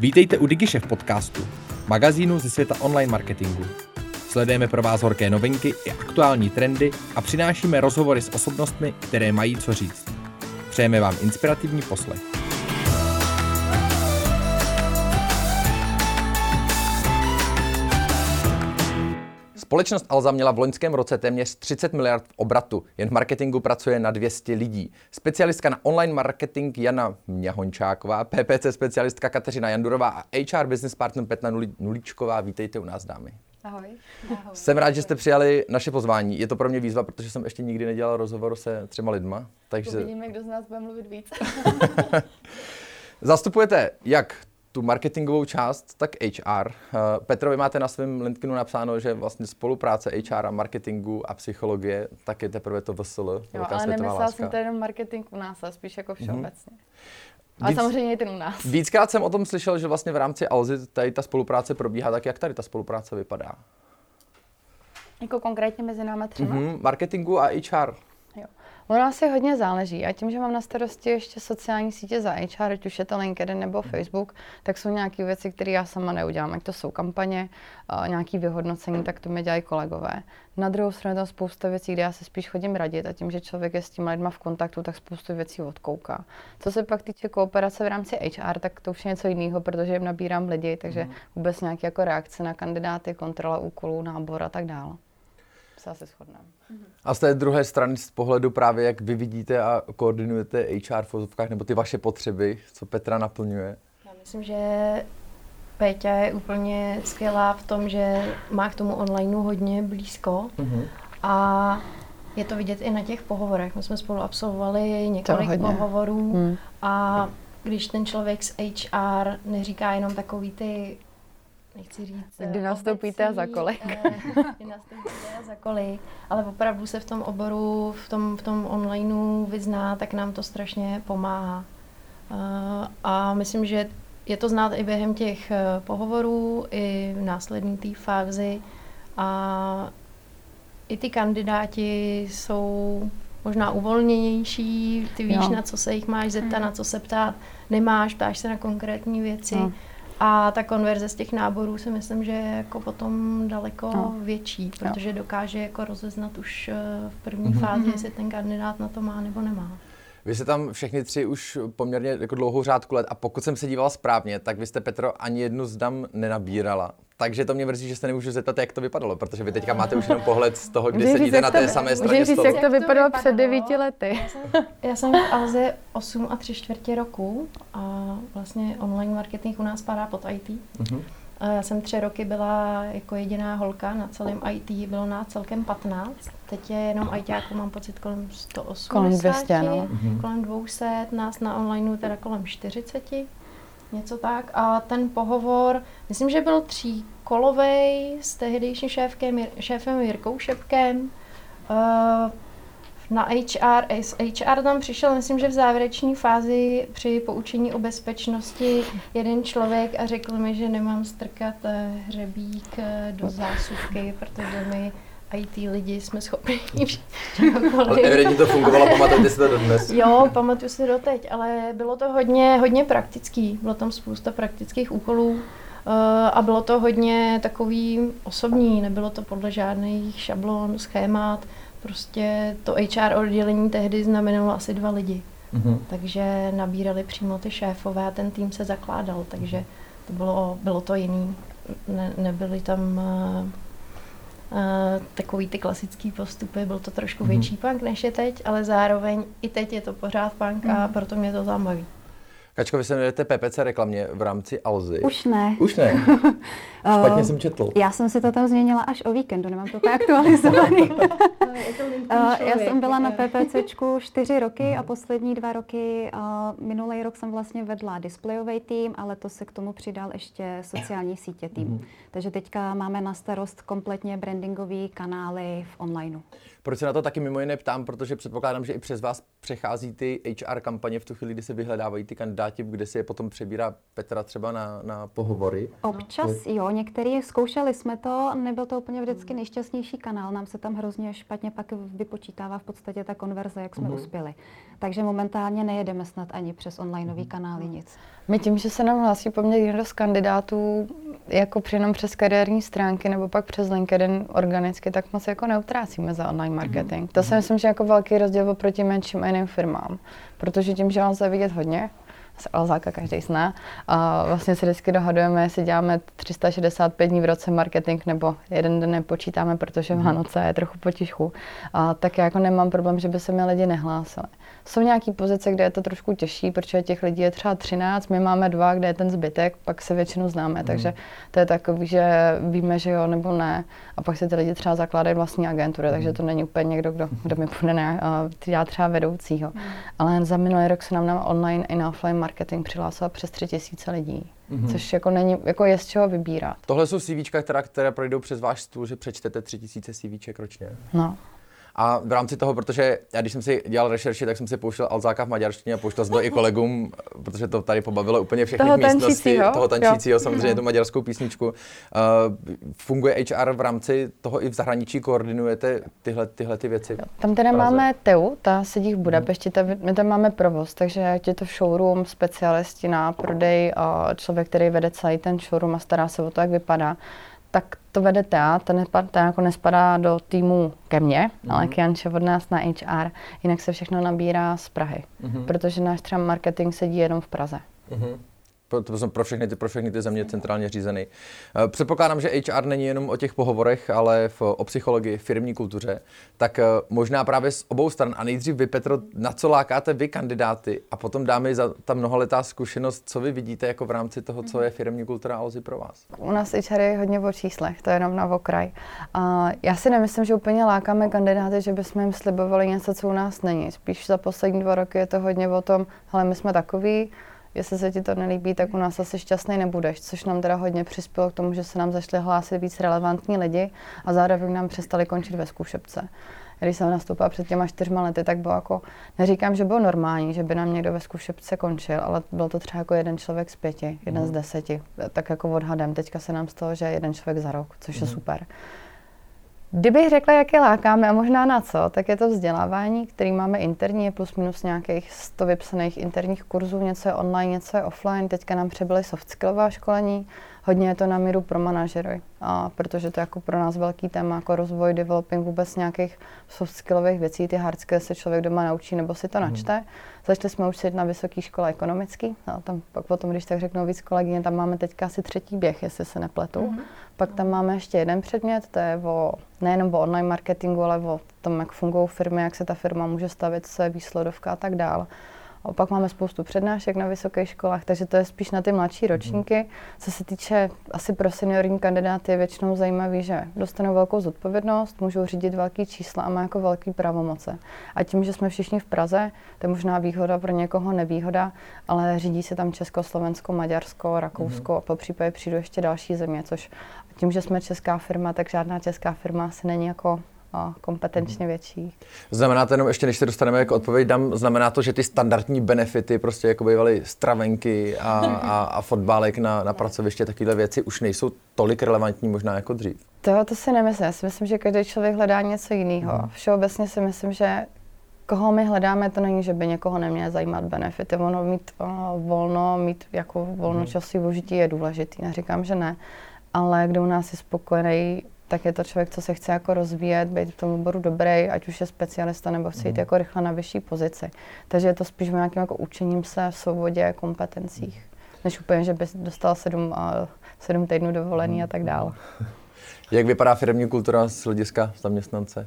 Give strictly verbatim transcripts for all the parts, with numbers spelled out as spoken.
Vítejte u DigiShef podcastu, magazínu ze světa online marketingu. Sledujeme pro vás horké novinky i aktuální trendy a přinášíme rozhovory s osobnostmi, které mají co říct. Přejeme vám inspirativní poslech. Společnost Alza měla v loňském roce téměř třicet miliard v obratu. Jen v marketingu pracuje na dvě stě lidí. Specialistka na online marketing Jana Měhončáková, P P C specialistka Kateřina Jandurová a H R business partner Petra Nulíčková. Vítejte u nás, dámy. Ahoj. Ahoj. Jsem rád, že jste přijali naše pozvání. Je to pro mě výzva, protože jsem ještě nikdy nedělal rozhovor se třema lidma. Takže... Uvidíme, kdo z nás bude mluvit víc. Zastupujete jak tu marketingovou část, tak H R. Petro, vy máte na svém LinkedInu napsáno, že vlastně spolupráce H R a marketingu a psychologie, tak je teprve to V S L, jo, ale nemyslela jsem to jenom marketing u nás, ale spíš jako všeobecně. Mm-hmm. Ale Víc, samozřejmě i ten u nás. Víckrát jsem o tom slyšel, že vlastně v rámci Alzy tady ta spolupráce probíhá, tak jak tady ta spolupráce vypadá? Jako konkrétně mezi náma třema? Mm-hmm, marketingu a H R. Jo. Ono asi hodně záleží a tím, že mám na starosti ještě sociální sítě za H R, ať už je to LinkedIn nebo Facebook, tak jsou nějaké věci, které já sama neudělám. Ať to jsou kampaně, nějaké vyhodnocení, tak to mi dělají kolegové. Na druhou stranu tam spousta věcí, kde já se spíš chodím radit a tím, že člověk je s těmi lidma v kontaktu, tak spoustu věcí odkouká. Co se pak týče kooperace v rámci H R, tak to už je něco jiného, protože jim nabírám lidi, takže vůbec nějaké jako reakce na kandidáty, kontrola úkolů, nábor a tak dále. Se asi shodneme. A z té druhé strany z pohledu právě, jak vy vidíte a koordinujete H R v vozovkách, nebo ty vaše potřeby, co Petra naplňuje? Já myslím, že Péťa je úplně skvělá v tom, že má k tomu onlineu hodně blízko mm-hmm. a je to vidět i na těch pohovorech. My jsme spolu absolvovali několik pohovorů mm. a když ten člověk z H R neříká jenom takový ty, nechci říct, kdy nastoupíte a za kolik. Kdy nastoupíte a za kolik, ale opravdu se v tom oboru, v tom, v tom onlineu vyzná, tak nám to strašně pomáhá. Uh, a myslím, že je to znát i během těch pohovorů, i v následní té fázi. A i ty kandidáti jsou možná uvolněnější, ty víš, jo. na co se jich máš zeptat, na co se ptát nemáš, ptáš se na konkrétní věci. No. A ta konverze z těch náborů si myslím, že je jako potom daleko no. větší, protože jo. dokáže jako rozeznat už v první mm-hmm. fázi, jestli ten kandidát na to má nebo nemá. Vy jste tam všechny tři už poměrně jako dlouhou řádku let a pokud jsem se díval správně, tak vy jste, Petro, ani jednu z dam nenabírala. Takže to mě mrzí, že se nemůžu zeptat, jak to vypadalo, protože vy teďka máte už jenom pohled z toho, kdy sedíte na té samé straně stolu. Můžeš říct, jak to vypadalo před devíti lety. Já jsem, já jsem v Alze osm a tři čtvrtě roku a vlastně online marketing u nás padá pod I T. Uh-huh. Já jsem tři roky byla jako jediná holka na celém I T, bylo nás celkem patnáct. Teď je jenom ITáků, mám pocit, kolem sto osmdesát, kolem dvě stě, no. kolem dvě stě, nás na onlineu teda kolem čtyřicet, něco tak. A ten pohovor, myslím, že byl tříkolovej s tehdejším šéfkem, šéfem Jirkou Šepkem. Na H R, H R tam přišel, myslím, že v závěrečné fázi při poučení o bezpečnosti jeden člověk a řekl mi, že nemám strkat hřebík do zásuvky, protože my I T lidi jsme schopni čehokoliv. Ale evidentně to fungovalo, pamatujete si to dodnes? Jo, pamatuju si doteď, ale bylo to hodně, hodně praktický, bylo tam spousta praktických úkolů. Uh, a bylo to hodně takový osobní, nebylo to podle žádných šablon, schémat. Prostě to H R oddělení tehdy znamenalo asi dva lidi. Mm-hmm. Takže nabírali přímo ty šéfové a ten tým se zakládal, takže to bylo, bylo to jiný. Ne, nebyly tam uh, uh, takový ty klasický postupy, byl to trošku mm-hmm. větší punk než je teď, ale zároveň i teď je to pořád punk mm-hmm. a proto mě to tam baví. Kačko, vy se jmenujete P P C reklamě v rámci Alzy. Už ne. Už ne? Špatně jsem četl. Já jsem si to tam změnila až o víkendu, nemám to tak aktualizovaný. Já jsem byla na PPCčku čtyři roky a poslední dva roky, minulý rok jsem vlastně vedla displejový tým, ale to se k tomu přidal ještě sociální sítě tým. Mm. Takže teďka máme na starost kompletně brandingové kanály v onlineu. Proč se na to taky mimo jiné ptám, protože předpokládám, že i přes vás přechází ty H R kampaně v tu chvíli, kdy se vyhledávají ty kandidáti, kde si je potom přebírá Petra třeba na, na pohovory. Občas jo, některý zkoušeli jsme to, nebyl to úplně vždycky nejšťastnější kanál, nám se tam hrozně špatně pak vypočítává v podstatě ta konverze, jak jsme mm-hmm. uspěli. Takže momentálně nejedeme snad ani přes onlineový kanály nic. My tím, že se nám hlásí poměrně dost kandidátů, jako jenom přes kariérní stránky nebo pak přes LinkedIn organicky, tak moc jako neutrácíme za online marketing. Mm-hmm. To si myslím, že jako velký rozdíl oproti menším a jiným firmám, protože tím, že lze vidět hodně, Alzáka každý zná. A vlastně se vždycky dohadujeme, jestli děláme tři sta šedesát pět dní v roce marketing nebo jeden den nepočítáme, protože Vánoce je trochu potichu. A tak já jako nemám problém, že by se mi lidi nehlásili. Jsou nějaké pozice, kde je to trošku těžší, protože těch lidí je třeba třináct, my máme dva, kde je ten zbytek, pak se většinou známe, mm. takže to je takový, že víme, že jo nebo ne. A pak si ty lidi třeba zakládají vlastní agentury, mm. takže to není úplně někdo, kdo, kdo mi půjde na já třeba vedoucího. Mm. Ale za minulý rok se nám na online i na offline marketing přihlásilo přes tři tisíce lidí. Mm-hmm. Což jako není, jako je z čeho vybírat. Tohle jsou CVčka, která, které projdou přes váš stůl, že přečtete tři tisíce CVček ročně. No. A v rámci toho, protože já když jsem si dělal rešerši, tak jsem si pouštěl Alzáka v maďarštině a pouštěl jsem to i kolegům, protože to tady pobavilo úplně všechny toho místnosti. Tančícího. Toho tančícího, samozřejmě tu maďarskou písničku. Uh, funguje H R v rámci toho i v zahraničí, koordinujete tyhle, tyhle ty věci? Jo, tam teda máme Teu, ta sedí v Budapešti, ta, my tam máme provoz, takže ať je to showroom, specialisti na prodej, a člověk, který vede celý ten showroom a stará se o to, jak vypadá, tak to vede Tea, ta, nepad, ta jako nespadá do týmu ke mně, mm-hmm. ale Kjanče od nás na H R, jinak se všechno nabírá z Prahy, mm-hmm. protože náš třeba marketing sedí jenom v Praze. Mm-hmm. To jsou pro všechny ty, pro všechny ty země centrálně řízený. Předpokládám, že H R není jenom o těch pohovorech, ale v, o psychologii, firmní kultuře. Tak možná právě z obou stran. A nejdřív vy, Petro, na co lákáte vy kandidáty a potom dáme za ta mnohaletá zkušenost, co vy vidíte jako v rámci toho, co je firmní kultura Alzy pro vás? U nás H R je hodně o číslech, to je jenom na okraj. A já si nemyslím, že úplně lákáme kandidáty, že bychom jim slibovali něco, co u nás není. Spíš za poslední dva roky je to hodně o tom, hele, my jsme takový, jestli se ti to nelíbí, tak u nás asi šťastný nebudeš, což nám teda hodně přispělo k tomu, že se nám zašli hlásit víc relevantní lidi a zároveň nám přestali končit ve zkušebce. Když jsem nastoupila před těma čtyřma lety, tak bylo jako, neříkám, že bylo normální, že by nám někdo ve zkušebce končil, ale byl to třeba jako jeden člověk z pěti, jeden mm. z deseti, tak jako odhadem. Teďka se nám stalo, že je jeden člověk za rok, což mm. je super. Kdybych řekla, jak je lákáme a možná na co, tak je to vzdělávání, který máme interní, je plus minus nějakých sto vypsaných interních kurzů, něco je online, něco je offline, teďka nám přebyly soft skillová školení, hodně je to na míru pro manažery, a protože to je jako pro nás velký téma, jako rozvoj, developing vůbec nějakých soft skillových věcí, ty hard skills se člověk doma naučí nebo si to načte. Hmm. Začali jsme učit na vysoké škole ekonomický, no, tam pak potom, když tak řeknou víc kolegyně, tam máme teďka asi třetí běh, jestli se nepletu. Hmm. Pak tam máme ještě jeden předmět, to je o, nejenom o online marketingu, ale o tom, jak fungují firmy, jak se ta firma může stavit, co je výsledovka a tak dál. A pak máme spoustu přednášek na vysokých školách, takže to je spíš na ty mladší ročníky. Co se týče asi pro seniorní kandidáty je většinou zajímavý, že dostanou velkou zodpovědnost, můžou řídit velký čísla a má jako velký pravomoce. A tím, že jsme všichni v Praze, to je možná výhoda, pro někoho nevýhoda, ale řídí se tam Česko, Slovensko, Maďarsko, Rakousko mm-hmm. a po případě přijdu ještě další země, což tím, že jsme česká firma, tak žádná česká firma asi není jako a kompetenčně větší. Znamená to jenom, ještě než se dostaneme jako odpověď, dám, znamená to, že ty standardní benefity, prostě jako bývaly stravenky a, a, a fotbálek na, na pracoviště, takovéhle věci už nejsou tolik relevantní možná jako dřív? To, to si nemyslím. Já si myslím, že každý člověk hledá něco jiného. Hmm. Všeobecně si myslím, že koho my hledáme, to není, že by někoho neměl zajímat benefity. Ono mít uh, volno, mít jako volnočasové užití je důležitý. Neříkám, že ne, ale kdo u nás je spokojený, tak je to člověk, co se chce jako rozvíjet, být v tom oboru dobrý, ať už je specialista nebo chce jít jako rychle na vyšší pozici. Takže je to spíš o nějakým jako učením se v svobodě, kompetencích, než úplně, že by dostal sedm, uh, sedm týdnů dovolený a tak dále. Jak vypadá firemní kultura z hlediska zaměstnance?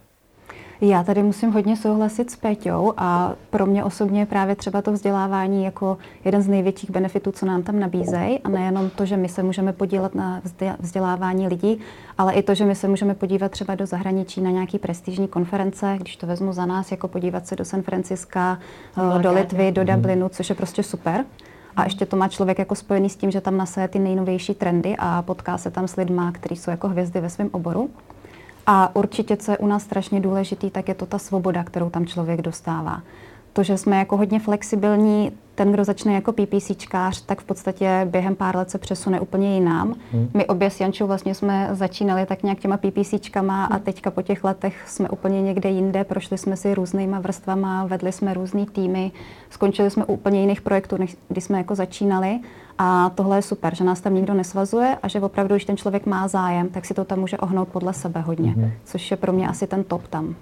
Já tady musím hodně souhlasit s Péťou a pro mě osobně je právě třeba to vzdělávání jako jeden z největších benefitů, co nám tam nabízejí. A nejenom to, že my se můžeme podílet na vzdělávání lidí, ale i to, že my se můžeme podívat třeba do zahraničí na nějaký prestižní konference, když to vezmu za nás, jako podívat se do San Franciska, do Litvy, do Dublinu, což je prostě super. A ještě to má člověk jako spojený s tím, že tam nasaje ty nejnovější trendy a potká se tam s lidma, kteří jsou jako hvězdy ve svém oboru. A určitě, co je u nás strašně důležitý, tak je to ta svoboda, kterou tam člověk dostává. To, že jsme jako hodně flexibilní, ten, kdo začne jako PPCčkář, tak v podstatě během pár let se přesune úplně jinam. Hmm. My obě s Jančou vlastně jsme začínali tak nějak těma PPCčkama a teďka po těch letech jsme úplně někde jinde, prošli jsme si různýma vrstvama, vedli jsme různý týmy, skončili jsme u úplně jiných projektů, než když jsme jako začínali. A tohle je super, že nás tam nikdo nesvazuje a že opravdu, když ten člověk má zájem, tak si to tam může ohnout podle sebe hodně, hmm. což je pro mě asi ten top tam.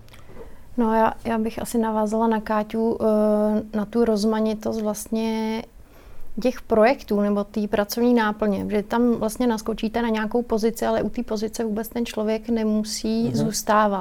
No já, já bych asi navázala na Káťu, na tu rozmanitost vlastně těch projektů nebo té pracovní náplně, že tam vlastně naskočíte na nějakou pozici, ale u té pozice vůbec ten člověk nemusí mm-hmm. zůstávat.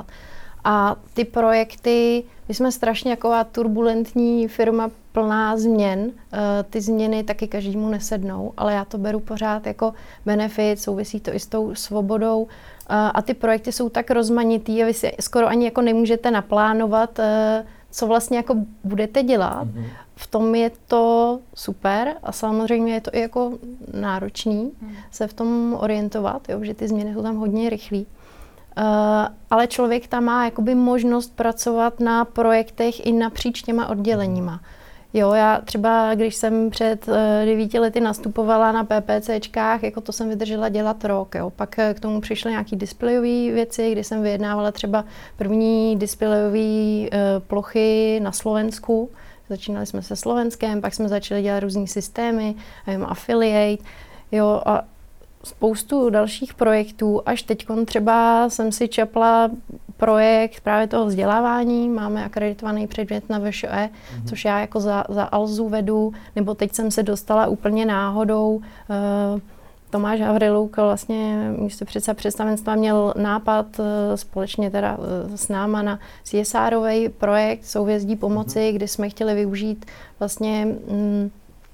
A ty projekty, my jsme strašně taková turbulentní firma plná změn, ty změny taky každému nesednou, ale já to beru pořád jako benefit, souvisí to i s tou svobodou. A ty projekty jsou tak rozmanitý a vy si skoro ani jako nemůžete naplánovat, co vlastně jako budete dělat. Mm-hmm. V tom je to super a samozřejmě je to i jako náročný mm. se v tom orientovat, jo, že ty změny jsou tam hodně rychlý. Uh, ale člověk tam má jakoby možnost pracovat na projektech i napříč těma odděleníma. Jo, já třeba, když jsem před uh, devíti lety nastupovala na PPCčkách, jako to jsem vydržela dělat rok, jo. Pak uh, k tomu přišly nějaký displejové věci, kdy jsem vyjednávala třeba první displejové uh, plochy na Slovensku. Začínali jsme se Slovenskem, pak jsme začali dělat různý systémy, um, affiliate, jo, a spoustu dalších projektů, až teď třeba jsem si čapla projekt právě toho vzdělávání, máme akreditovaný předmět na V Š E, mm-hmm. což já jako za, za Alzu vedu, nebo teď jsem se dostala úplně náhodou. Uh, Tomáš Havriluk, vlastně místopředseda představenstva, měl nápad uh, společně teda uh, s náma na C S R-ový projekt Souhvězdí pomoci, mm-hmm. kdy jsme chtěli využít vlastně um,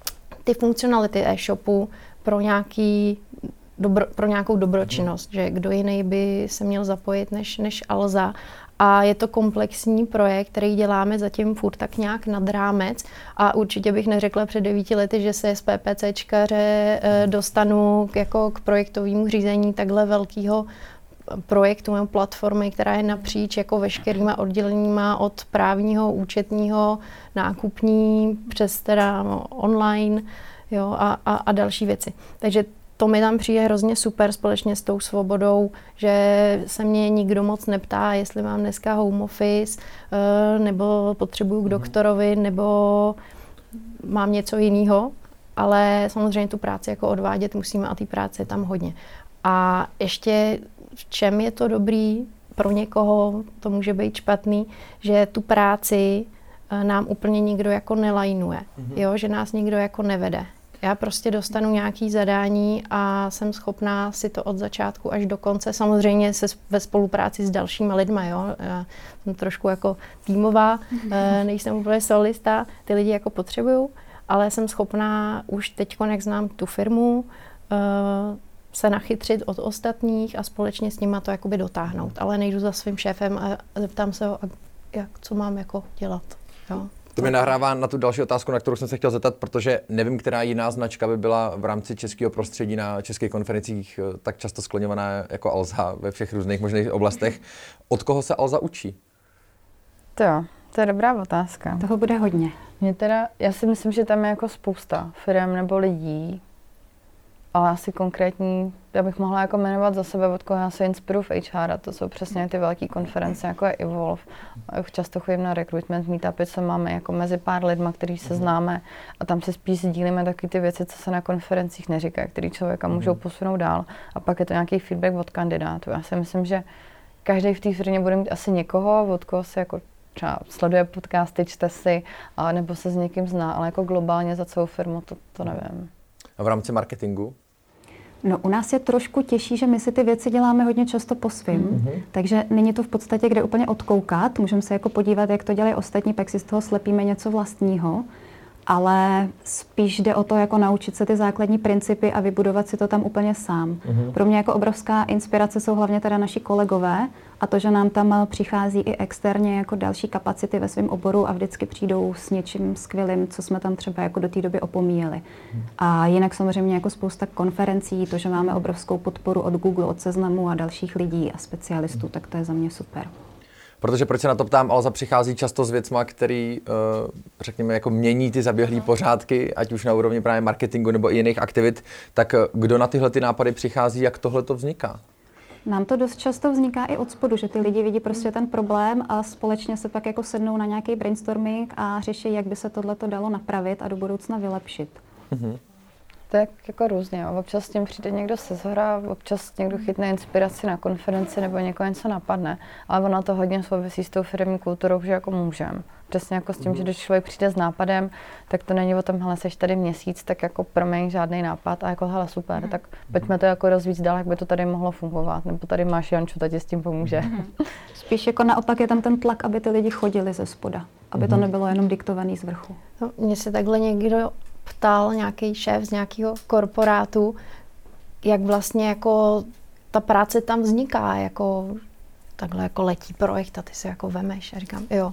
ty funkcionality e-shopu pro nějaký Dobro, pro nějakou dobročinnost, že kdo jiný by se měl zapojit než, než Alza. A je to komplexní projekt, který děláme zatím furt tak nějak nad rámec a určitě bych neřekla před devíti lety, že se z PPCčkaře e, dostanu k, jako k projektovému řízení takhle velkého projektu nebo platformy, která je napříč jako veškerýma odděleníma od právního, účetního, nákupní, přes teda no, online, jo, a, a, a další věci. Takže to mi tam přijde hrozně super společně s tou svobodou, že se mě nikdo moc neptá, jestli mám dneska home office, nebo potřebuju k doktorovi, nebo mám něco jiného, ale samozřejmě tu práci jako odvádět musíme a té práce je tam hodně. A ještě v čem je to dobrý, pro někoho to může být špatný, že tu práci nám úplně nikdo jako nelajnuje, jo, že nás nikdo jako nevede. Já prostě dostanu nějaké zadání a jsem schopná si to od začátku až do konce, samozřejmě se ve spolupráci s dalšíma lidma, jo. Já jsem trošku jako týmová, nejsem úplně solista, ty lidi jako potřebuju, ale jsem schopná už teď, jak znám tu firmu, se nachytřit od ostatních a společně s nima to jakoby dotáhnout. Ale nejdu za svým šéfem a zeptám se ho, jak, co mám jako dělat, jo. To mě nahrává na tu další otázku, na kterou jsem se chtěl zeptat, protože nevím, která jiná značka by byla v rámci českého prostředí na českých konferencích tak často skloňovaná jako Alza ve všech různých možných oblastech. Od koho se Alza učí? To jo, to je dobrá otázka. Toho bude hodně. Mě teda, já si myslím, že tam je jako spousta firem nebo lidí, ale asi konkrétní, já bych mohla jako jmenovat za sebe, od koho já se inspiruju v H R, a to jsou přesně ty velké konference, jako je Evolve. A už často chodím na recruitment meetupy, co máme jako mezi pár lidma, který se známe a tam si spíš sdílíme taky ty věci, co se na konferencích neříká, který člověka můžou posunout dál. A pak je to nějaký feedback od kandidátů. Já si myslím, že každý v té firmě bude mít asi někoho, od koho se jako třeba sleduje podcasty, čte si, a nebo se s někým zná, ale jako globálně za celou firmu to, to nevím. A v rámci marketingu? No, u nás je trošku těžší, že my si ty věci děláme hodně často po svým, mm-hmm. takže není to v podstatě kde úplně odkoukat, můžeme se jako podívat, jak to dělají ostatní, pak si z toho slepíme něco vlastního. ale spíš jde o to, jako naučit se ty základní principy a vybudovat si to tam úplně sám. Mm-hmm. Pro mě jako obrovská inspirace jsou hlavně teda naši kolegové a to, že nám tam přichází i externě jako další kapacity ve svém oboru a vždycky přijdou s něčím skvělým, co jsme tam třeba jako do té doby opomíjeli. Mm. A jinak samozřejmě jako spousta konferencí, to, že máme obrovskou podporu od Google, od Seznamu a dalších lidí a specialistů, mm. tak to je za mě super. Protože proč se na to ptám, Alza přichází často s věcma, který, řekněme, jako mění ty zaběhlý pořádky, ať už na úrovni právě marketingu nebo i jiných aktivit, tak kdo na tyhle ty nápady přichází, jak tohle to vzniká? Nám to dost často vzniká i od spodu, že ty lidi vidí prostě ten problém a společně se pak jako sednou na nějaký brainstorming a řeší, jak by se tohleto dalo napravit a do budoucna vylepšit. Mm-hmm. To je jako různě. Občas s tím přijde někdo se zhora, občas někdo chytne inspiraci na konferenci nebo někoho něco napadne, ale ono to hodně souvisí s tou firmní kulturou, že jako můžeme. Přesně jako s tím, že když člověk přijde s nápadem, tak to není o tom, hele, seš tady měsíc, tak jako promiň žádný nápad a jako hele, super, mm. tak pojďme to jako rozvíct dál, jak by to tady mohlo fungovat, nebo tady máš Janču, ta ti s tím pomůže. Mm. Spíš jako naopak je tam ten tlak, aby ty lidi chodili ze spoda, aby mm. to nebylo jenom diktovaný z vrchu. No, mně se takhle někdo ptal, nějaký šéf z nějakého korporátu, jak vlastně jako ta práce tam vzniká, jako takhle jako letí projekt a ty si jako vemeš a říkám, jo.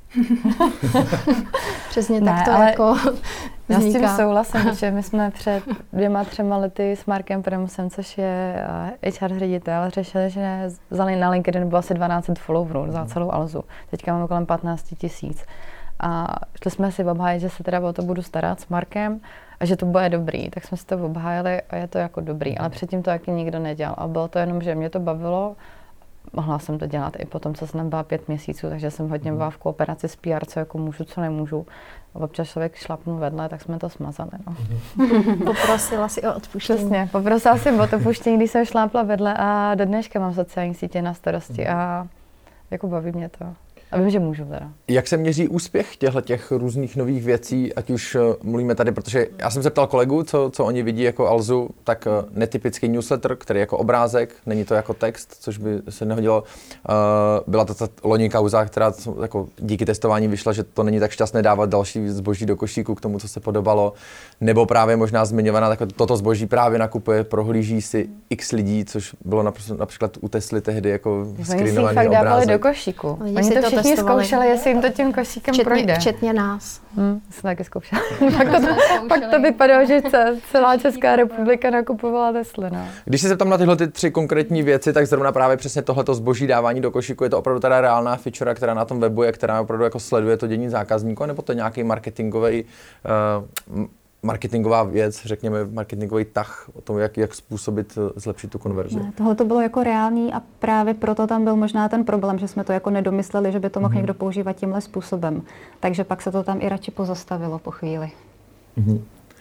Přesně ne, tak to ale jako já s tím souhlasím, že my jsme před dvěma, třema lety s Markem Premusem, což je H R ředitel, řešili, že vzali na LinkedIn bylo asi dvanáct set followerů za celou Alzu. Teďka máme kolem patnáct tisíc. A šli jsme si obhájit, že se teda o to budu starat s Markem a že to bude dobrý, tak jsme si to obhájili a je to jako dobrý, ale předtím to taky nikdo nedělal a bylo to jenom, že mě to bavilo, mohla jsem to dělat i potom, co jsem byla pět měsíců, takže jsem hodně byla v kooperaci s P R, co jako můžu, co nemůžu. A občas člověk šlapnul vedle, tak jsme to smazali. No. Poprosila si o odpuštění. Přesně, poprosila jsem o odpuštění, když jsem šlápla vedle a do dneška mám sociální sítě na starosti a jako baví mě to. A vím, že můžu teda. Jak se měří úspěch těchto těch různých nových věcí, ať už mluvíme tady, protože já jsem se ptal kolegů, co, co oni vidí jako Alzu, tak netypický newsletter, který je jako obrázek, není to jako text, což by se nehodilo. Uh, byla to ta loni kauza, která jako díky testování vyšla, že to není tak šťastné dávat další zboží do košíku k tomu, co se podobalo. Nebo právě možná zmiňovaná, tak toto zboží právě nakupuje, prohlíží si x lidí, což bylo například u Tesly tehdy jako screenovaný obrázek. Oni si fakt dávali do košíku. Oni to všichni zkoušeli, jestli jim to tím košíkem včetně, projde. Včetně nás. Hmm, jsem taky zkoušela. pak, to, pak to vypadalo, že celá Česká republika nakupovala Tesly. No. Když se zeptám na tyhle ty tři konkrétní věci, tak zrovna právě přesně tohleto zboží dávání do košíku, je to opravdu teda reálná feature, která na tom webu je, která opravdu jako sleduje to dění zákazníků, nebo to je nějaký marketingový uh, marketingová věc, řekněme marketingový tah o tom, jak, jak způsobit, zlepšit tu konverzi. Ne, tohle to bylo jako reálný a právě proto tam byl možná ten problém, že jsme to jako nedomysleli, že by to mohl mm-hmm. někdo používat tímhle způsobem. Takže pak se to tam i radši pozastavilo po chvíli. Mm-hmm.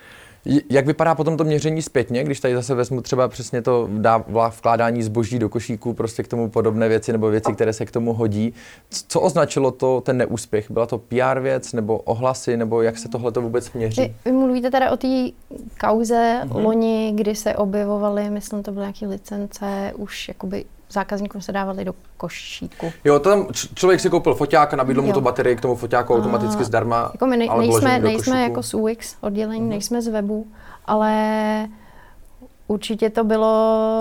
Jak vypadá potom to měření zpětně, když tady zase vezmu třeba přesně to vkládání zboží do košíku, prostě k tomu podobné věci nebo věci, které se k tomu hodí. Co označilo to ten neúspěch? Byla to P R věc nebo ohlasy, nebo jak se tohle to vůbec měří? Vy, vy mluvíte teda o té kauze uh-huh. loni, kdy se objevovaly, myslím, to byly nějaké licence, už jakoby zákazníkům se dávali do košíku. Jo, to tam č- člověk si koupil foťák a nabídl mu tu baterii k tomu foťáku automaticky zdarma. Jako my nej, nejsme, nejsme jako z U X oddělení, uh-huh. nejsme z webu, ale určitě to bylo,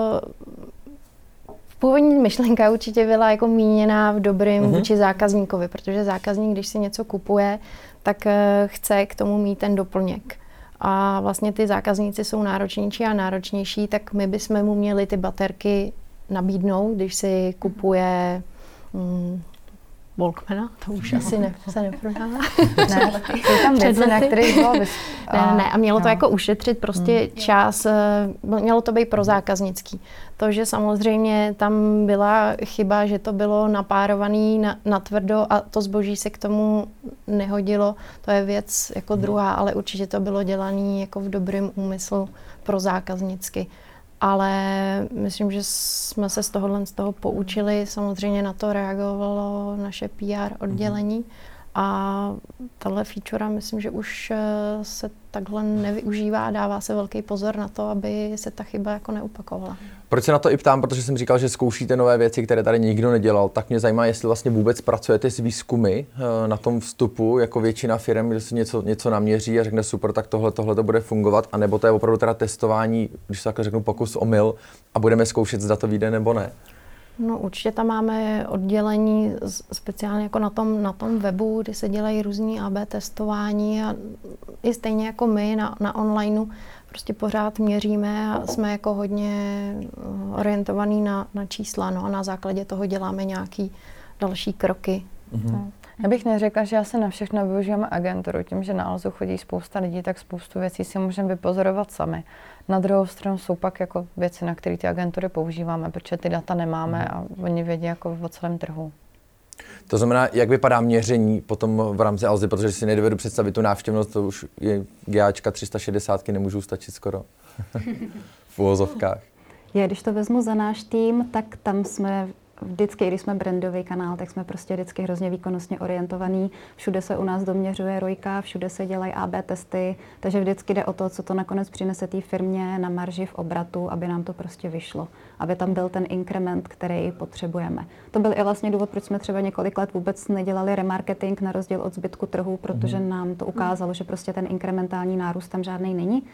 původní myšlenka určitě byla jako míněná v dobrým uh-huh. vůči zákazníkovi, protože zákazník, když si něco kupuje, tak chce k tomu mít ten doplněk. A vlastně ty zákazníci jsou náročnější a náročnější, tak my bychom mu měli ty baterky nabídnout, když si kupuje mm, Walkmana, to už asi ne, se neprodává. Ne, jsou tam věci, na kterých bylo vys... Ne, ne, a mělo to no. jako ušetřit prostě hmm. čas, mělo to být pro zákaznický. To, že samozřejmě tam byla chyba, že to bylo napárované na, na tvrdo a to zboží se k tomu nehodilo, to je věc jako hmm. druhá, ale určitě to bylo dělané jako v dobrém úmyslu pro zákaznicky. Ale myslím, že jsme se z tohohle z toho poučili. Samozřejmě na to reagovalo naše P R oddělení a tahle feature, myslím, že už se takhle nevyužívá. Dává se velký pozor na to, aby se ta chyba jako neopakovala. Proč se na to i ptám, protože jsem říkal, že zkoušíte nové věci, které tady nikdo nedělal, tak mě zajímá, jestli vlastně vůbec pracujete s výzkumy na tom vstupu, jako většina firm, kde si něco, něco naměří a řekne super, tak tohle, tohle to bude fungovat, anebo to je opravdu teda testování, když tak řeknu pokus omyl a budeme zkoušet, zda to vyjde nebo ne. No určitě tam máme oddělení speciálně jako na tom, na tom webu, kde se dělají různý á bé testování a i stejně jako my na, na onlineu prostě pořád měříme a jsme jako hodně orientovaní na, na čísla, no a na základě toho děláme nějaký další kroky. Mm-hmm. Já bych neřekla, že já se na všechno využívám agenturu. Tím, že na Alzu chodí spousta lidí, tak spoustu věcí si můžeme vypozorovat sami. Na druhou stranu jsou pak jako věci, na které ty agentury používáme, protože ty data nemáme a oni vědí jako o celém trhu. To znamená, jak vypadá měření potom v rámci Alzy, protože si nedovedu představit tu návštěvnost, to už je GAčka tři sta šedesát, nemůžou stačit skoro v uvozovkách. Je, když to vezmu za náš tým, tak tam jsme vždycky, když jsme brandový kanál, tak jsme prostě vždycky hrozně výkonnostně orientovaní. Všude se u nás doměřuje rojka, všude se dělají á bé testy, takže vždycky jde o to, co to nakonec přinese té firmě na marži v obratu, aby nám to prostě vyšlo. Aby tam byl ten inkrement, který potřebujeme. To byl i vlastně důvod, proč jsme třeba několik let vůbec nedělali remarketing na rozdíl od zbytku trhu, protože nám to ukázalo, že prostě ten inkrementální nárůst tam žádnej není.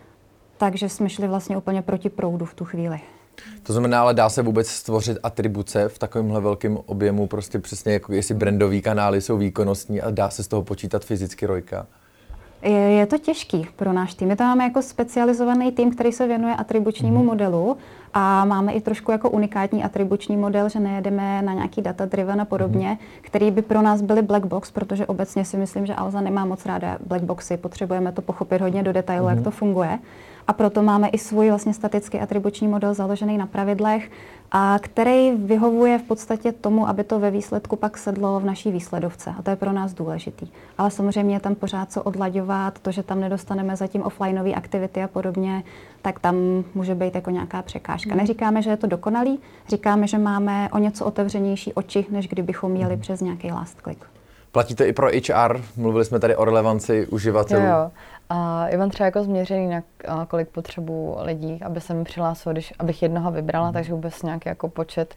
Takže jsme šli vlastně úplně proti proudu v tu chvíli. To znamená, ale dá se vůbec stvořit atribuce v takovémhle velkém objemu, prostě přesně jako jestli brandový kanály jsou výkonnostní a dá se z toho počítat fyzicky rojka? Je, je to těžký pro náš tým. My tam máme jako specializovaný tým, který se věnuje atribučnímu mm. modelu a máme i trošku jako unikátní atribuční model, že nejedeme na nějaký data driven a podobně, mm. který by pro nás byly black box, protože obecně si myslím, že Alza nemá moc ráda black boxy, potřebujeme to pochopit hodně do detailu, mm. jak to funguje. A proto máme i svůj vlastně statický atribuční model založený na pravidlech, a který vyhovuje v podstatě tomu, aby to ve výsledku pak sedlo v naší výsledovce. A to je pro nás důležitý. Ale samozřejmě je tam pořád co odlaďovat, to, že tam nedostaneme zatím offlineové aktivity a podobně, tak tam může být jako nějaká překážka. Neříkáme, že je to dokonalý, říkáme, že máme o něco otevřenější oči, než kdybychom jeli přes nějaký last click. Platí to i pro há er? Mluvili jsme tady o relevanci uživatelů. Jo, jo. A je vám třeba jako změřený, na kolik potřebuji lidí, aby se mi přihlásilo, když, abych jednoho vybrala, mm. takže vůbec nějaký jako počet,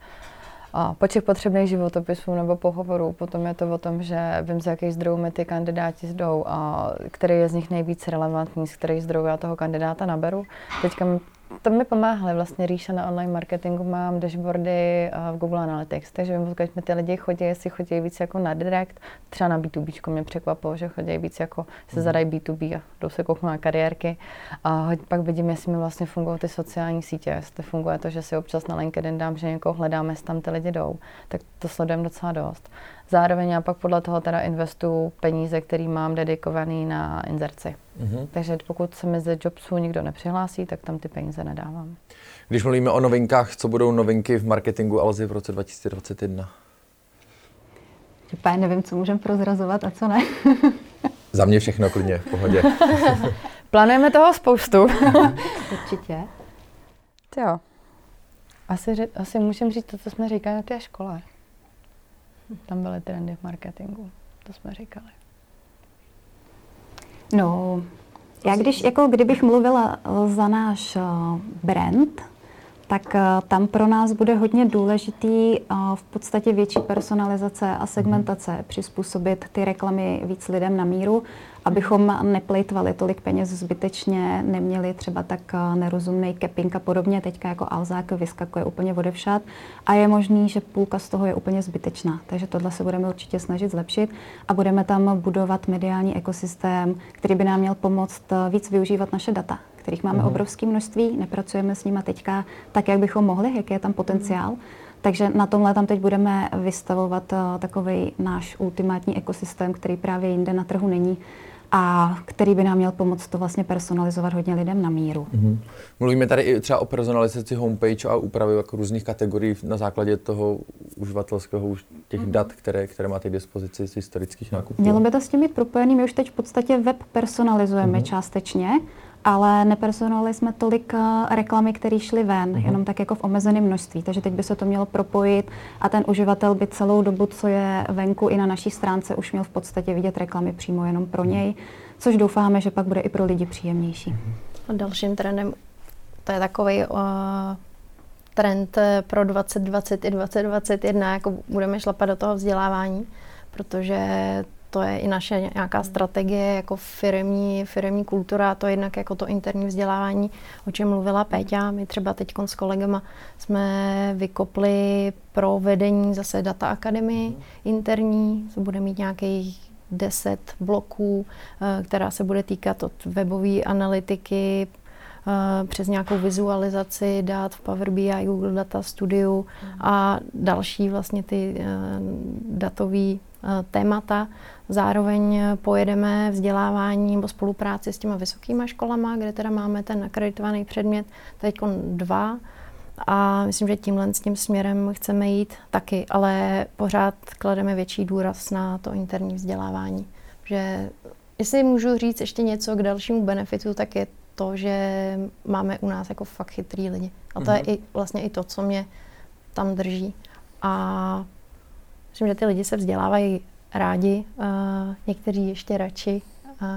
a počet potřebných životopisů nebo pohovorů. Potom je to o tom, že vím, z jakých zdrojů mi ty kandidáti zdou a který je z nich nejvíc relevantní, z kterých zdrojů já toho kandidáta naberu. Teďka mi, to mi pomáhaly vlastně Ríša na online marketingu, mám dashboardy v Google Analytics, takže vím, když mi ty lidi chodí, jestli chodí víc jako na direct, třeba na bé dvě bé, mě překvapilo, že chodí víc jako, se zadají bé dvě bé a jdou se kouknout na kariérky. A pak vidím, jestli mi vlastně fungují ty sociální sítě, jestli funguje to, že si občas na LinkedIn dám, že někoho hledáme, jestli tam ty lidi jdou, tak to sledujeme docela dost. Zároveň já pak podle toho teda investuju peníze, které mám dedikovaný na inzerci. Mm-hmm. Takže pokud se mi ze Jobsu nikdo nepřihlásí, tak tam ty peníze nedávám. Když mluvíme o novinkách, co budou novinky v marketingu Alzy v roce dva tisíce dvacet jedna? Úplně nevím, co můžeme prozrazovat a co ne. Za mě všechno klidně, v pohodě. Plánujeme toho spoustu. Určitě. Jo. Asi, asi můžeme říct to, co jsme říkali na té škole. Tam byly trendy v marketingu, to jsme říkali. No, já když, jako kdybych mluvila za náš brand, tak tam pro nás bude hodně důležitý v podstatě větší personalizace a segmentace, přizpůsobit ty reklamy víc lidem na míru, abychom neplejtvali tolik peněz zbytečně, neměli třeba tak nerozumný capping a podobně. Teďka jako Alzák vyskakuje úplně odevšad a je možný, že půlka z toho je úplně zbytečná. Takže tohle se budeme určitě snažit zlepšit a budeme tam budovat mediální ekosystém, který by nám měl pomoct víc využívat naše data, kterých máme mm. obrovské množství, nepracujeme s nimi teďka tak, jak bychom mohli, jaký je tam potenciál. Mm. Takže na tomhle tam teď budeme vystavovat uh, takový náš ultimátní ekosystém, který právě jinde na trhu není a který by nám měl pomoct to vlastně personalizovat hodně lidem na míru. Mm-hmm. Mluvíme tady i třeba o personalizaci homepage a úpravy jako různých kategorií na základě toho uživatelského těch mm-hmm. dat, které, které máte k dispozici z historických nákupů. Mělo by to s tím být propojený, my už teď v podstatě web personalizujeme mm-hmm. částečně, ale nepersonalizovali jsme tolik uh, reklamy, které šly ven, uh-huh. jenom tak jako v omezeném množství. Takže teď by se to mělo propojit a ten uživatel by celou dobu, co je venku i na naší stránce, už měl v podstatě vidět reklamy přímo jenom pro něj, což doufáme, že pak bude i pro lidi příjemnější. A dalším trendem, to je takový uh, trend pro dvacet dvacet i dvacet dvacet jedna, jako budeme šlapat do toho vzdělávání, protože to je i naše nějaká strategie jako firemní, firemní kultura, to je jednak jako to interní vzdělávání, o čem mluvila Péťa. My třeba teď s kolegama jsme vykopli pro vedení zase Data Academy interní, co bude mít nějakých deset bloků, která se bude týkat od webové analytiky přes nějakou vizualizaci dat v Power B I, Google Data Studio a další vlastně ty datové témata. Zároveň pojedeme vzdělávání nebo spolupráci s těma vysokýma školama, kde teda máme ten akreditovaný předmět teď dva. A myslím, že tímhle s tím směrem chceme jít taky, ale pořád klademe větší důraz na to interní vzdělávání. Že jestli můžu říct ještě něco k dalšímu benefitu, tak je to, že máme u nás jako fakt chytrý lidi. A to mm-hmm. je i, vlastně i to, co mě tam drží. A myslím, že ty lidi se vzdělávají rádi, uh, někteří ještě radši uh,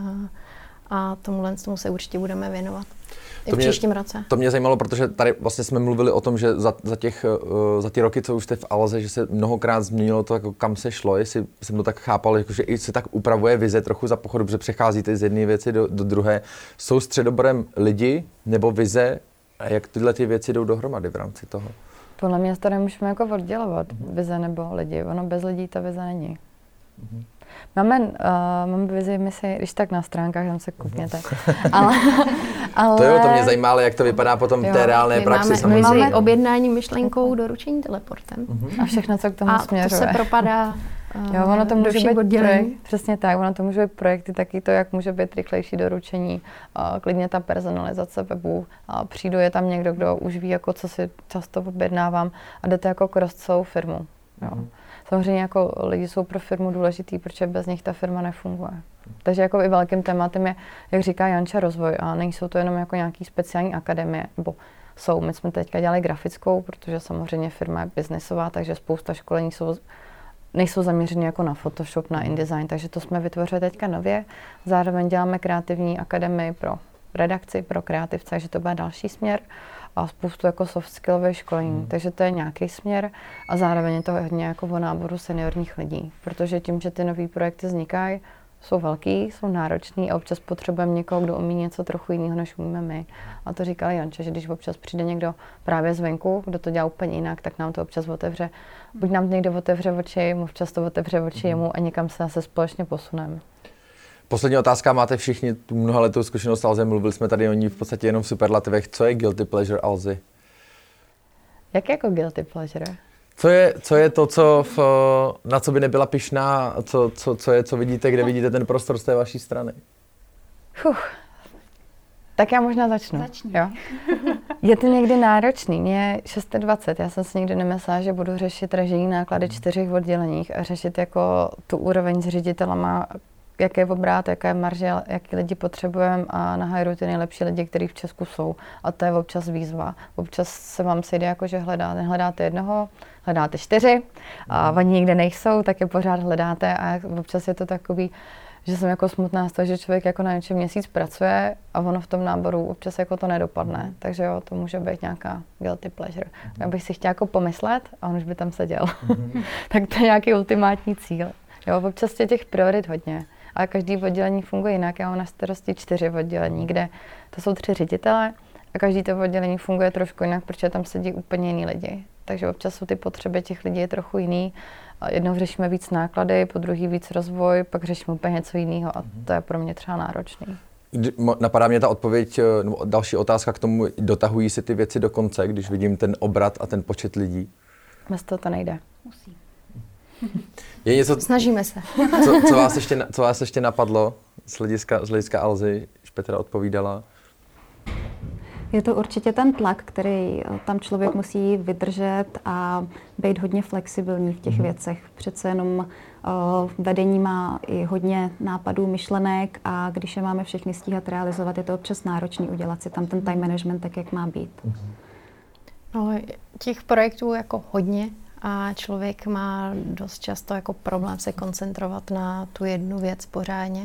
a tomuhle tomu se určitě budeme věnovat. I v příštím roce. To mě zajímalo, protože tady vlastně jsme mluvili o tom, že za, za, těch, uh, za ty roky, co už jste v Alze, že se mnohokrát změnilo to, jako kam se šlo, jestli jsem to tak chápal, jako, že i se tak upravuje vize trochu za pochodu, protože přecházíte z jedné věci do, do druhé. Jsou středoborem lidi nebo vize a jak tyhle ty věci jdou dohromady v rámci toho? Podle mě to nemůžeme jako oddělovat, mm-hmm. vize nebo lidi. Ono bez lidí ta vize není. Mm-hmm. Máme, uh, máme vizi, my si, když tak na stránkách, tam se koukněte. ale, ale... To jo, to mě zajímá, ale jak to vypadá potom v té reálné my praxi. Máme vizi objednání myšlenkou, doručení teleportem. Uh-huh. A všechno, co k tomu a směřuje. A to se propadá uh, jo, ono to do může být oddělení. Projekt, přesně tak, ono to může být projekty taky to, jak může být rychlejší doručení, uh, klidně ta personalizace webu. Uh, přijdu, je tam někdo, kdo už ví, jako, co si často objednávám a jdete jako cross celou firmu. Jo. Uh-huh. Samozřejmě jako lidi jsou pro firmu důležitý, protože bez nich ta firma nefunguje. Takže jako i velkým tématem je, jak říká Janča, rozvoj. A nejsou to jenom jako nějaký speciální akademie, nebo jsou. My jsme teďka dělali grafickou, protože samozřejmě firma je biznesová, takže spousta školení jsou, nejsou zaměřeny jako na Photoshop, na InDesign, takže to jsme vytvořili teďka nově. Zároveň děláme kreativní akademii pro redakci, pro kreativce, takže to bude další směr. A spoustu jako soft skillových školení, hmm. takže to je nějaký směr a zároveň je to hodně jako o náboru seniorních lidí, protože tím, že ty nový projekty vznikají, jsou velký, jsou náročný a občas potřebujeme někoho, kdo umí něco trochu jiného, než umíme my. A to říkal Janče, že když občas přijde někdo právě zvenku, kdo to dělá úplně jinak, tak nám to občas otevře. Buď nám někdo otevře oči, občas to otevře oči jemu a někam se zase společně posuneme. Poslední otázka, máte všichni tu mnohaletou zkušenost Alzy, mluvili jsme tady o ní v podstatě jenom v superlativech. Co je guilty pleasure Alzy? Jak jako guilty pleasure? Co je, co je to, co v, na co by nebyla pyšná, co, co, co je, co vidíte, kde vidíte ten prostor z té vaší strany? Fuh. Tak já možná začnu. Začni. Jo? Je to někdy náročný. Mě je dvacet šest, já jsem si nikdy nemyslela, že budu řešit režijní náklady čtyřech odděleních a řešit jako tu úroveň s ředitelama, jaký je obrát, jaká je marže, jaký lidi potřebujeme a nahajruju ty nejlepší lidi, kteří v Česku jsou. A to je občas výzva. Občas se vám sejde jako, že hledáte, hledáte jednoho, hledáte čtyři a oni nikde nejsou, tak je pořád hledáte a občas je to takový, že jsem jako smutná z toho, že člověk jako na něčem měsíc pracuje a ono v tom náboru občas jako to nedopadne. Takže jo, to může být nějaká guilty pleasure. Já bych si chtěla jako pomyslet a on už by tam seděl. Tak to je nějaký ultimátní cíl. Jo, občas je těch priorit hodně. A každý oddělení funguje jinak. Já mám na starosti čtyři oddělení, kde to jsou tři ředitele a každý to oddělení funguje trošku jinak, protože tam sedí úplně jiný lidi. Takže občas jsou ty potřeby těch lidí je trochu jiný. Jednou řešíme víc náklady, po druhý víc rozvoj, pak řešíme úplně něco jiného a to je pro mě třeba náročný. Napadá mě ta odpověď, no, další otázka k tomu, dotahují se ty věci do konce, když vidím ten obrat a ten počet lidí? Bez toho to nejde. Musí. Je něco, Snažíme se. Co, co, vás ještě, co vás ještě napadlo z hlediska, z hlediska Alzy, když Petra odpovídala? Je to určitě ten tlak, který tam člověk musí vydržet a být hodně flexibilní v těch mm. věcech. Přece jenom uh, vedení má i hodně nápadů, myšlenek a když je máme všechny stíhat realizovat, je to občas náročný udělat si tam ten time management tak, jak má být. Mm. No, těch projektů jako hodně. A člověk má dost často jako problém se koncentrovat na tu jednu věc pořádně.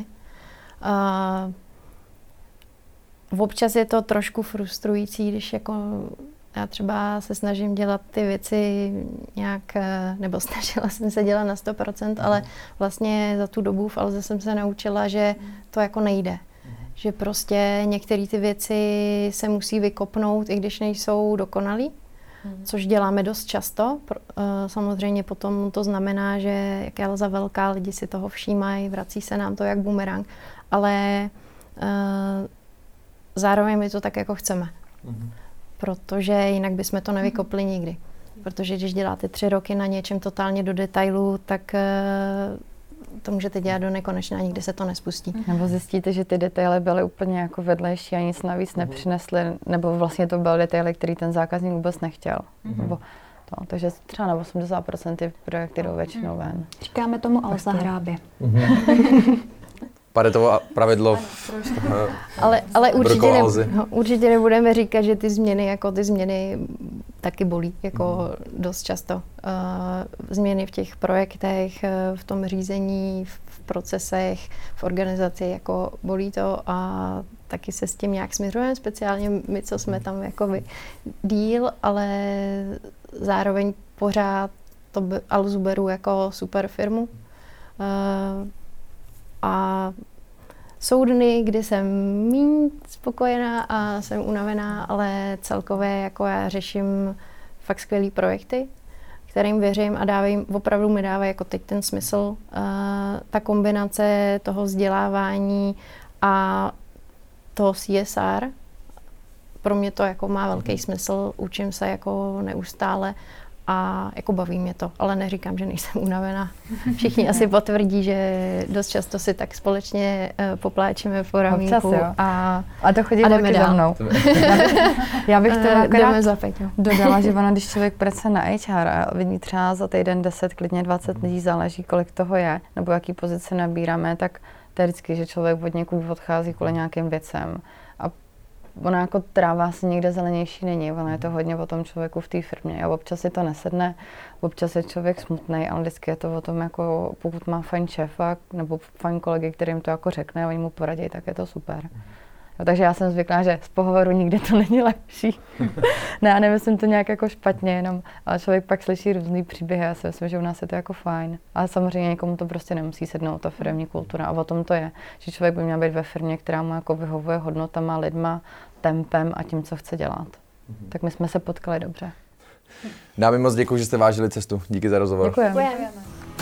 Uh, občas je to trošku frustrující, když jako Já třeba se snažím dělat ty věci nějak, nebo snažila jsem se dělat na sto procent, ale vlastně za tu dobu v Alze jsem se naučila, že to jako nejde. Že prostě některé ty věci se musí vykopnout, i když nejsou dokonalý, což děláme dost často. Samozřejmě potom to znamená, že jak je Alza velká, lidi si toho všímají, vrací se nám to jak bumerang, ale zároveň my to tak jako chceme. Protože jinak bychom to nevykopli nikdy. Protože když děláte tři roky na něčem totálně do detailu, tak uh, to můžete dělat do nekonečna a nikdy se to nespustí. Nebo zjistíte, že ty detaily byly úplně jako vedlejší a nic navíc nepřinesly, nebo vlastně to byly detaily, který ten zákazník vůbec nechtěl. Mm-hmm. Nebo to, takže třeba na osmdesát procent ty projekty jdou většinou ven. Říkáme tomu Alza hrábě. Paretovo pravidlo. ale ale určitě, ne, no, určitě nebudeme říkat, že ty změny jako ty změny taky bolí jako mm. dost často. Uh, změny v těch projektech, v tom řízení, v procesech, v organizaci jako bolí to a taky se s tím nějak směřujeme, speciálně my, co jsme tam jako díl, ale zároveň pořád to Alzu beru jako super firmu. Uh, A jsou dny, kdy jsem méně spokojená a jsem unavená, ale celkově jako já řeším fakt skvělý projekty, kterým věřím a dávají, opravdu mi dávají jako teď ten smysl. Uh, ta kombinace toho vzdělávání a toho C S R, pro mě to jako má velký smysl, učím se jako neustále. A jako baví mě to, ale neříkám, že nejsem unavená. Všichni asi potvrdí, že dost často si tak společně uh, popláčeme po ramínku a, a to chodí a jdeme za mnou. Já bych to akorát dodala, že ono, když člověk pracuje na H R a vidí třeba za týden deset, klidně dvacet lidí, záleží, kolik toho je, nebo jaký pozice nabíráme, tak to je vždycky, že člověk od někud odchází kvůli nějakým věcem. A ona jako tráva asi někde zelenější není, ono je to hodně o tom člověku v té firmě. A občas si to nesedne, občas je člověk smutný, ale vždycky je to o tom, jako pokud má fajn šéfa nebo fajn kolegy, kterým to jako řekne a oni mu poradí, tak je to super. Jo, takže já jsem zvyklá, že z pohovoru nikdy to není lepší. Ne, já nemyslím to nějak jako špatně, jenom, ale člověk pak slyší různý příběhy a já si myslím, že u nás je to jako fajn. Ale samozřejmě někomu to prostě nemusí sednout, ta firemní kultura. A o tom to je, že člověk by měl být ve firmě, která mu jako vyhovuje hodnotama, lidma, tempem a tím, co chce dělat. Mm-hmm. Tak my jsme se potkali dobře. Dámy, moc děkuji, že jste vážili cestu. Díky za rozhovor. Děkujeme. Děkujeme.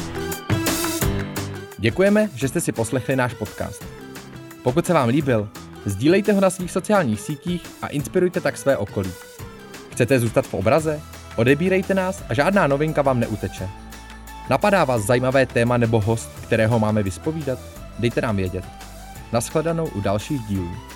Děkujeme, že jste si poslechli náš podcast. Pokud se vám líbil, sdílejte ho na svých sociálních sítích a inspirujte tak své okolí. Chcete zůstat v obraze? Odebírejte nás a žádná novinka vám neuteče. Napadá vás zajímavé téma nebo host, kterého máme vyspovídat? Dejte nám vědět. Nashledanou u dalších dílů.